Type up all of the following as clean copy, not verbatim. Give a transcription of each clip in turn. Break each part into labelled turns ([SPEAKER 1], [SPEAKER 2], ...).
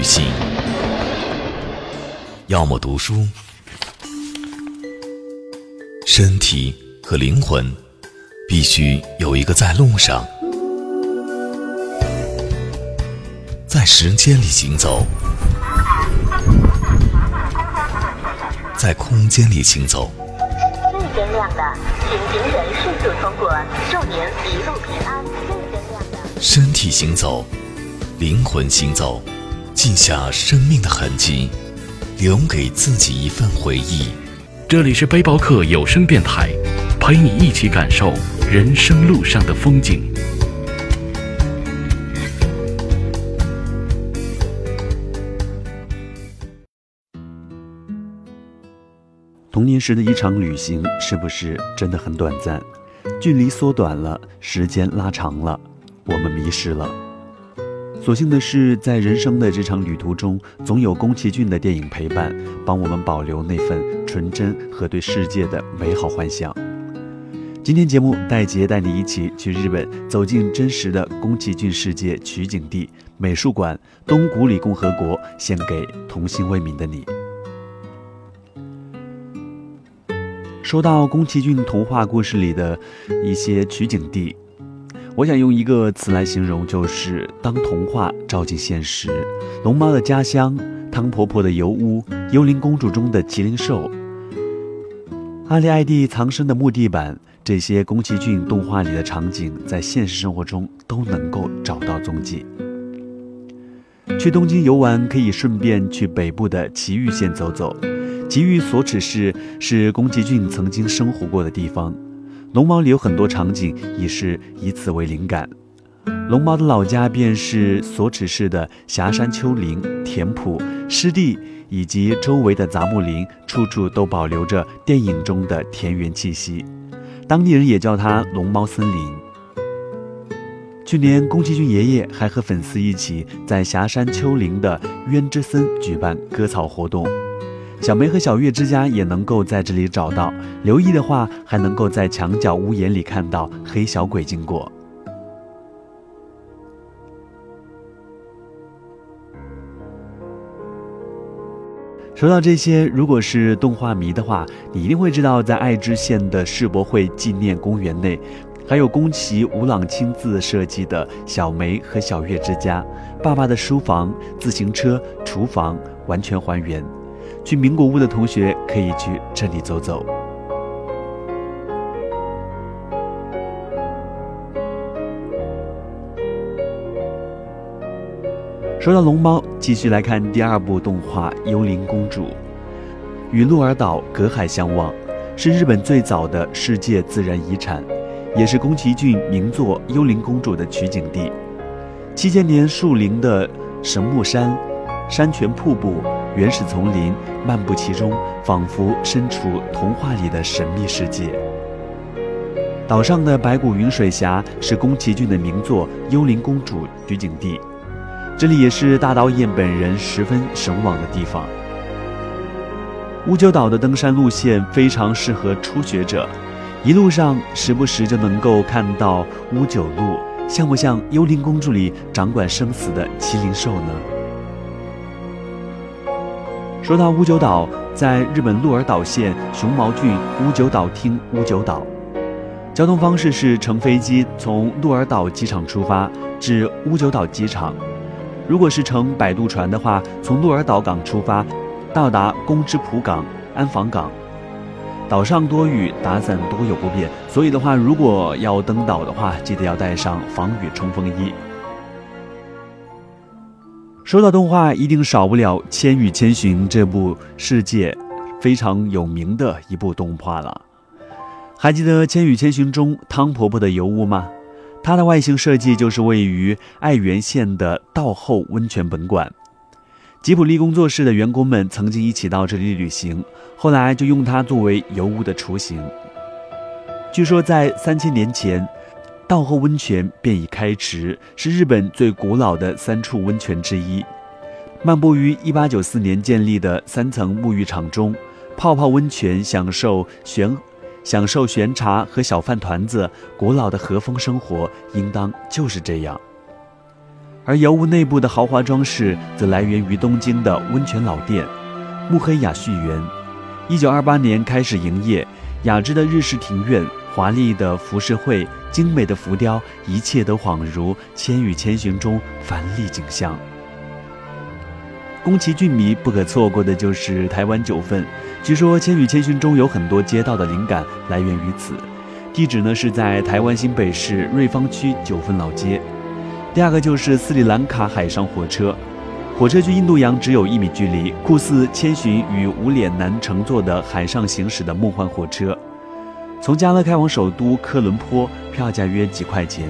[SPEAKER 1] 行，要么读书，身体和灵魂必须有一个在路上，在时间里行走，在空间里行走。
[SPEAKER 2] 绿灯亮了，请行人迅速通过，祝您一路平安。绿灯亮了。
[SPEAKER 1] 身体行走，灵魂行走，记下生命的痕迹，留给自己一份回忆。
[SPEAKER 3] 这里是背包客有声电台，陪你一起感受人生路上的风景。
[SPEAKER 4] 童年时的一场旅行，是不是真的很短暂？距离缩短了，时间拉长了，我们迷失了。所幸的是，在人生的这场旅途中，总有宫崎骏的电影陪伴，帮我们保留那份纯真和对世界的美好幻想。今天节目，戴杰带你一起去日本，走进真实的宫崎骏世界取景地美术馆东古里共和国，献给童心未泯的你。说到宫崎骏童话故事里的一些取景地，我想用一个词来形容，就是当童话照进现实。龙猫的家乡，汤婆婆的油屋，幽灵公主中的麒麟兽，阿丽艾蒂藏身的木地板，这些宫崎骏动画里的场景在现实生活中都能够找到踪迹。去东京游玩，可以顺便去北部的埼玉县走走。埼玉所指市是宫崎骏曾经生活过的地方，龙猫里有很多场景也是以此为灵感。龙猫的老家便是所指市的霞山丘陵、田埔、湿地以及周围的杂木林，处处都保留着电影中的田园气息，当地人也叫它龙猫森林。去年宫崎骏爷爷还和粉丝一起在霞山丘陵的渊之森举办割草活动，小梅和小月之家也能够在这里找到，留意的话还能够在墙角屋檐里看到黑小鬼经过。说到这些，如果是动画迷的话，你一定会知道，在爱知县的世博会纪念公园内，还有宫崎吾朗亲自设计的小梅和小月之家，爸爸的书房、自行车、厨房完全还原。去名古屋的同学可以去这里走走。说到龙猫，继续来看第二部动画《幽灵公主》。与鹿儿岛隔海相望，是日本最早的世界自然遗产，也是宫崎骏名作《幽灵公主》的取景地。7000年树林的神木山、山泉瀑布、原始丛林，漫步其中，仿佛身处童话里的神秘世界。岛上的白骨云水峡是宫崎骏的名作《幽灵公主》取景地，这里也是大导演本人十分神往的地方。屋久岛的登山路线非常适合初学者，一路上时不时就能够看到屋久鹿，像不像《幽灵公主》里掌管生死的麒麟兽呢？说到屋久岛，在日本鹿儿岛县熊毛郡屋久岛町屋久岛，交通方式是乘飞机从鹿儿岛机场出发至屋久岛机场，如果是乘摆渡船的话，从鹿儿岛港出发，到达宫之浦港、安房港。岛上多雨，打伞多有不便，所以的话，如果要登岛的话，记得要带上防雨冲锋衣。说到动画，一定少不了《千与千寻》这部世界非常有名的一部动画了。还记得《千与千寻》中汤婆婆的油屋吗？它的外形设计就是位于爱媛县的道后温泉本馆。吉卜力工作室的员工们曾经一起到这里旅行，后来就用它作为油屋的雏形。据说在3000年前，道后温泉便已开池，是日本最古老的3处温泉之一。漫步于1894年建立的3层沐浴场中，泡泡温泉，享受悬茶和小饭团子，古老的和风生活应当就是这样。 而窑屋内部的豪华装饰则来源于东京的温泉老店木黑雅旭园。1928年开始营业，雅致的日式庭院、华丽的浮世绘、精美的浮雕，一切都恍如《千与千寻》中繁丽景象。宫崎骏迷不可错过的就是台湾九份，据说《千与千寻》中有很多街道的灵感来源于此。地址呢是在台湾新北市瑞芳区九份老街。第二个就是斯里兰卡海上火车，火车距印度洋只有1米距离，酷似千寻与无脸男乘坐的海上行驶的梦幻火车。从加勒开往首都科伦坡，票价约几块钱。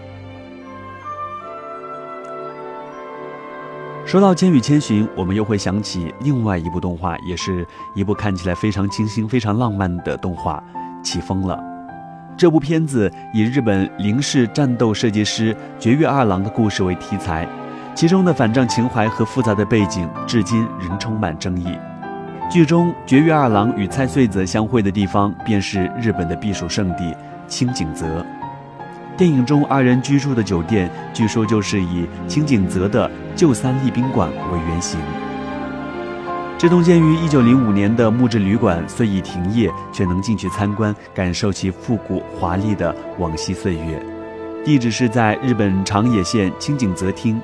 [SPEAKER 4] 说到《千与千寻》，我们又会想起另外一部动画，也是一部看起来非常清新、非常浪漫的动画《起风了》。这部片子以日本零式战斗设计师绝月二郎的故事为题材，其中的反战情怀和复杂的背景至今仍充满争议。剧中绝月二郎与蔡穗子相会的地方便是日本的避暑胜地清景泽。电影中二人居住的酒店据说就是以清景泽的旧三立宾馆为原型。这栋建于1905年的木质旅馆虽已停业，却能进去参观，感受其复古华丽的往昔岁月。地址是在日本长野县清景泽町。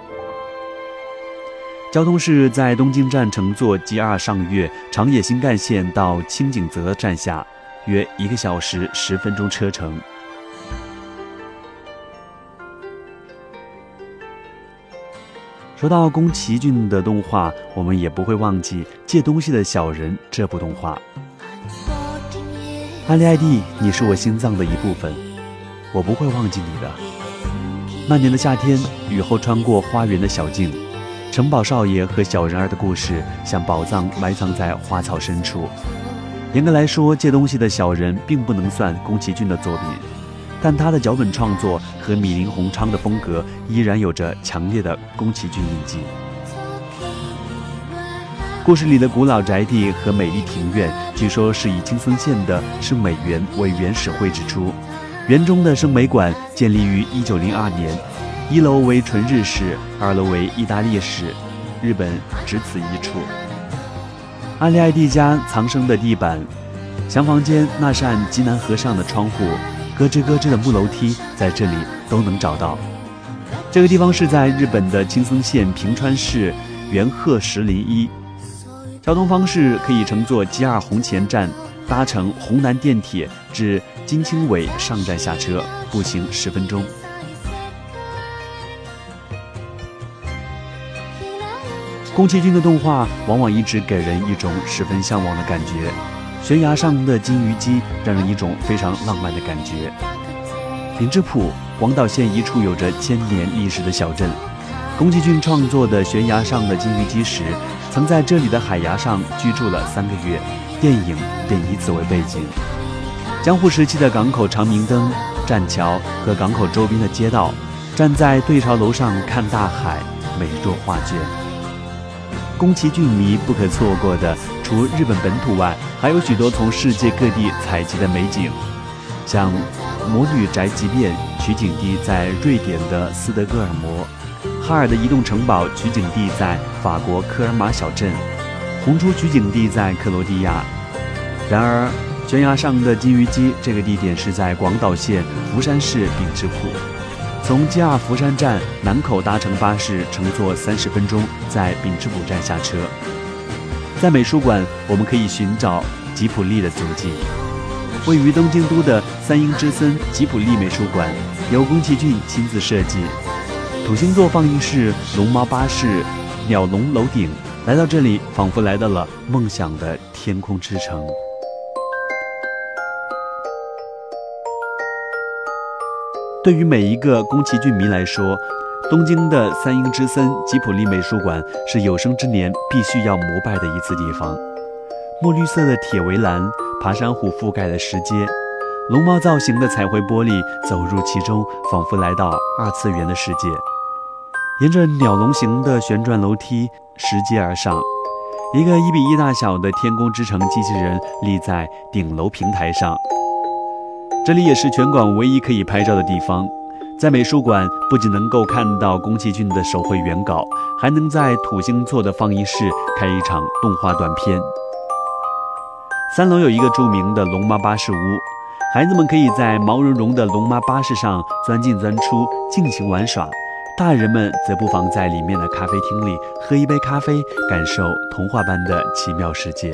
[SPEAKER 4] 交通是在东京站乘坐 JR 上越长野新干线到清景泽站下，约1个小时10分钟车程。说到宫崎骏的动画，我们也不会忘记《借东西的小人》这部动画。安利艾蒂，你是我心脏的一部分，我不会忘记你的。漫年的夏天，雨后穿过花园的小径，城堡少爷和小人儿的故事像宝藏埋藏在花草深处。严格来说，《借东西的小人》并不能算宫崎骏的作品，但他的脚本创作和米林宏昌的风格依然有着强烈的宫崎骏印记。故事里的古老宅地和美丽庭院，据说是以青森县的圣美园为原始绘制出。园中的圣美馆建立于1902年，1楼为纯日式，2楼为意大利式，日本只此一处。安利艾蒂家藏身的地板，厢房间那扇极难合上的窗户，咯吱咯吱的木楼梯，在这里都能找到。这个地方是在日本的青森县平川市元鹤石林一。交通方式可以乘坐 JR 红前站，搭乘红南电铁至金青尾上站下车，步行10分钟。宫崎骏的动画往往一直给人一种十分向往的感觉。悬崖上的金鱼姬让人一种非常浪漫的感觉。丙之浦，广岛县一处有着1000年历史的小镇。宫崎骏创作的悬崖上的金鱼姬时，曾在这里的海崖上居住了3个月，电影便以此为背景。江户时期的港口长明灯、栈桥和港口周边的街道，站在对潮楼上看大海，美若画卷。宫崎骏迷不可错过的，除日本本土外，还有许多从世界各地采集的美景，像魔女宅急便取景地在瑞典的斯德哥尔摩，哈尔的移动城堡取景地在法国科尔马小镇，红猪取景地在克罗地亚。然而，悬崖上的金鱼姬这个地点是在广岛县福山市丙之浦。从 JR 福山站南口搭乘巴士乘坐30分钟，在丙之浦站下车。在美术馆，我们可以寻找吉卜力的足迹。位于东京都的三鹰之森吉卜力美术馆由宫崎骏亲自设计。土星座放映室、龙猫巴士、鸟笼楼顶，来到这里仿佛来到了梦想的天空之城。对于每一个宫崎骏迷来说，东京的三鹰之森吉卜力美术馆是有生之年必须要膜拜的一次地方。墨绿色的铁围栏，爬山虎覆盖的石阶，龙猫造型的彩绘玻璃，走入其中仿佛来到2次元的世界。沿着鸟笼形的旋转楼梯拾阶而上，一个1比1大小的天空之城机器人立在顶楼平台上。这里也是全馆唯一可以拍照的地方。 在美术馆不仅能够看到宫崎骏的手绘原稿，还能在土星座的放映室看一场动画短片。3楼有一个著名的龙猫巴士屋，孩子们可以在毛茸茸的龙猫巴士上钻进钻出，尽情玩耍。大人们则不妨在里面的咖啡厅里喝一杯咖啡，感受童话般的奇妙世界。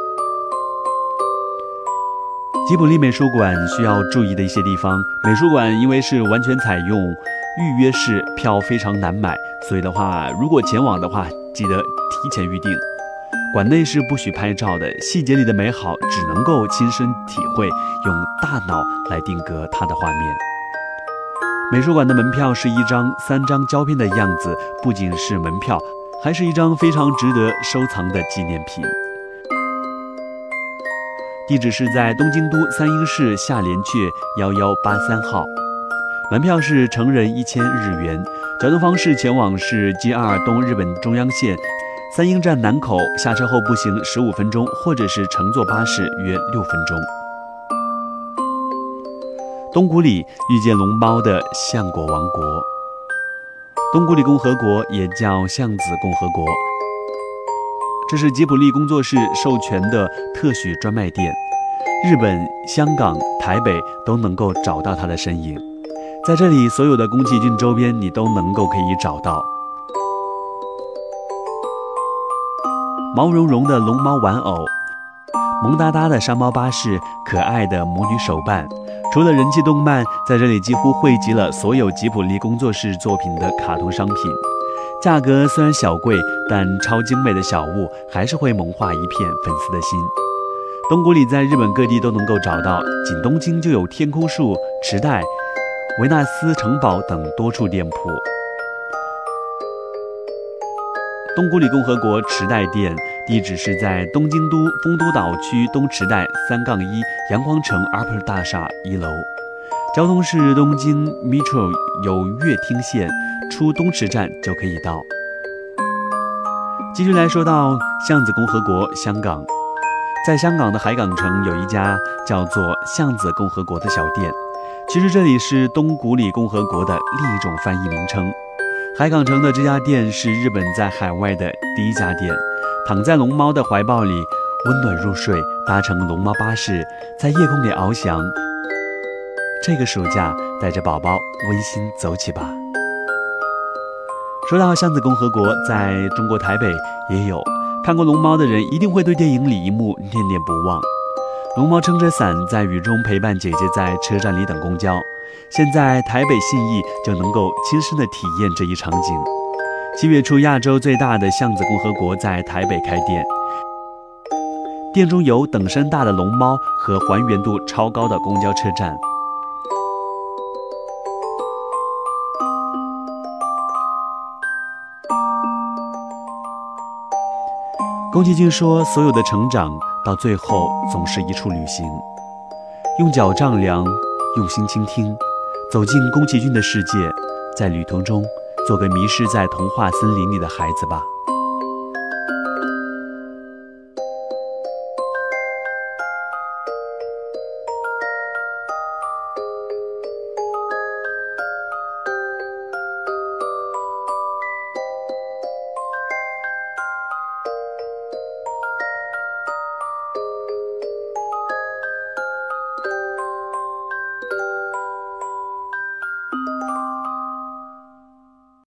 [SPEAKER 4] 吉卜力美术馆需要注意的一些地方，美术馆因为是完全采用预约式，票非常难买，所以的话，如果前往的话，记得提前预定。馆内是不许拍照的，细节里的美好只能够亲身体会，用大脑来定格它的画面。美术馆的门票是一张3张胶片的样子，不仅是门票，还是一张非常值得收藏的纪念品。地址是在东京都三鹰市下联阙1183号，门票是成人1000日元。交通方式前往是 JR 东日本中央线三鹰站南口，下车后步行15分钟，或者是乘坐巴士约6分钟。东古里遇见龙猫的橡果王国，东古里共和国也叫橡子共和国，这是吉卜力工作室授权的特许专卖店，日本、香港、台北都能够找到它的身影。在这里，所有的宫崎骏周边你都能够可以找到。毛茸茸的龙猫玩偶，萌哒哒的山猫巴士，可爱的魔女手办。除了人气动漫，在这里几乎汇集了所有吉卜力工作室作品的卡通商品。价格虽然小贵，但超精美的小物还是会萌化一片粉丝的心。东古里在日本各地都能够找到，仅东京就有天空树、池袋、维纳斯城堡等多处店铺。东古里共和国池袋店地址是在东京都丰都岛区东池袋3-1阳光城 Upper 大厦1楼。交通是东京 Metro 有月町线，出东池站就可以到。继续来说到橡子共和国香港，在香港的海港城有一家叫做橡子共和国的小店，其实这里是东古里共和国的另一种翻译名称。海港城的这家店是日本在海外的第一家店，躺在龙猫的怀抱里温暖入睡，搭乘龙猫巴士在夜空里翱翔。这个暑假带着宝宝温馨走起吧。说到橡子共和国，在中国台北也有，看过龙猫的人一定会对电影里一幕念念不忘。龙猫撑着伞在雨中陪伴姐姐在车站里等公交，现在台北信义就能够亲身的体验这一场景。7月初，亚洲最大的橡子共和国在台北开店，店中有等身大的龙猫和还原度超高的公交车站。宫崎骏说，所有的成长到最后总是一处旅行，用脚丈量，用心倾听，走进宫崎骏的世界，在旅途中做个迷失在童话森林里的孩子吧。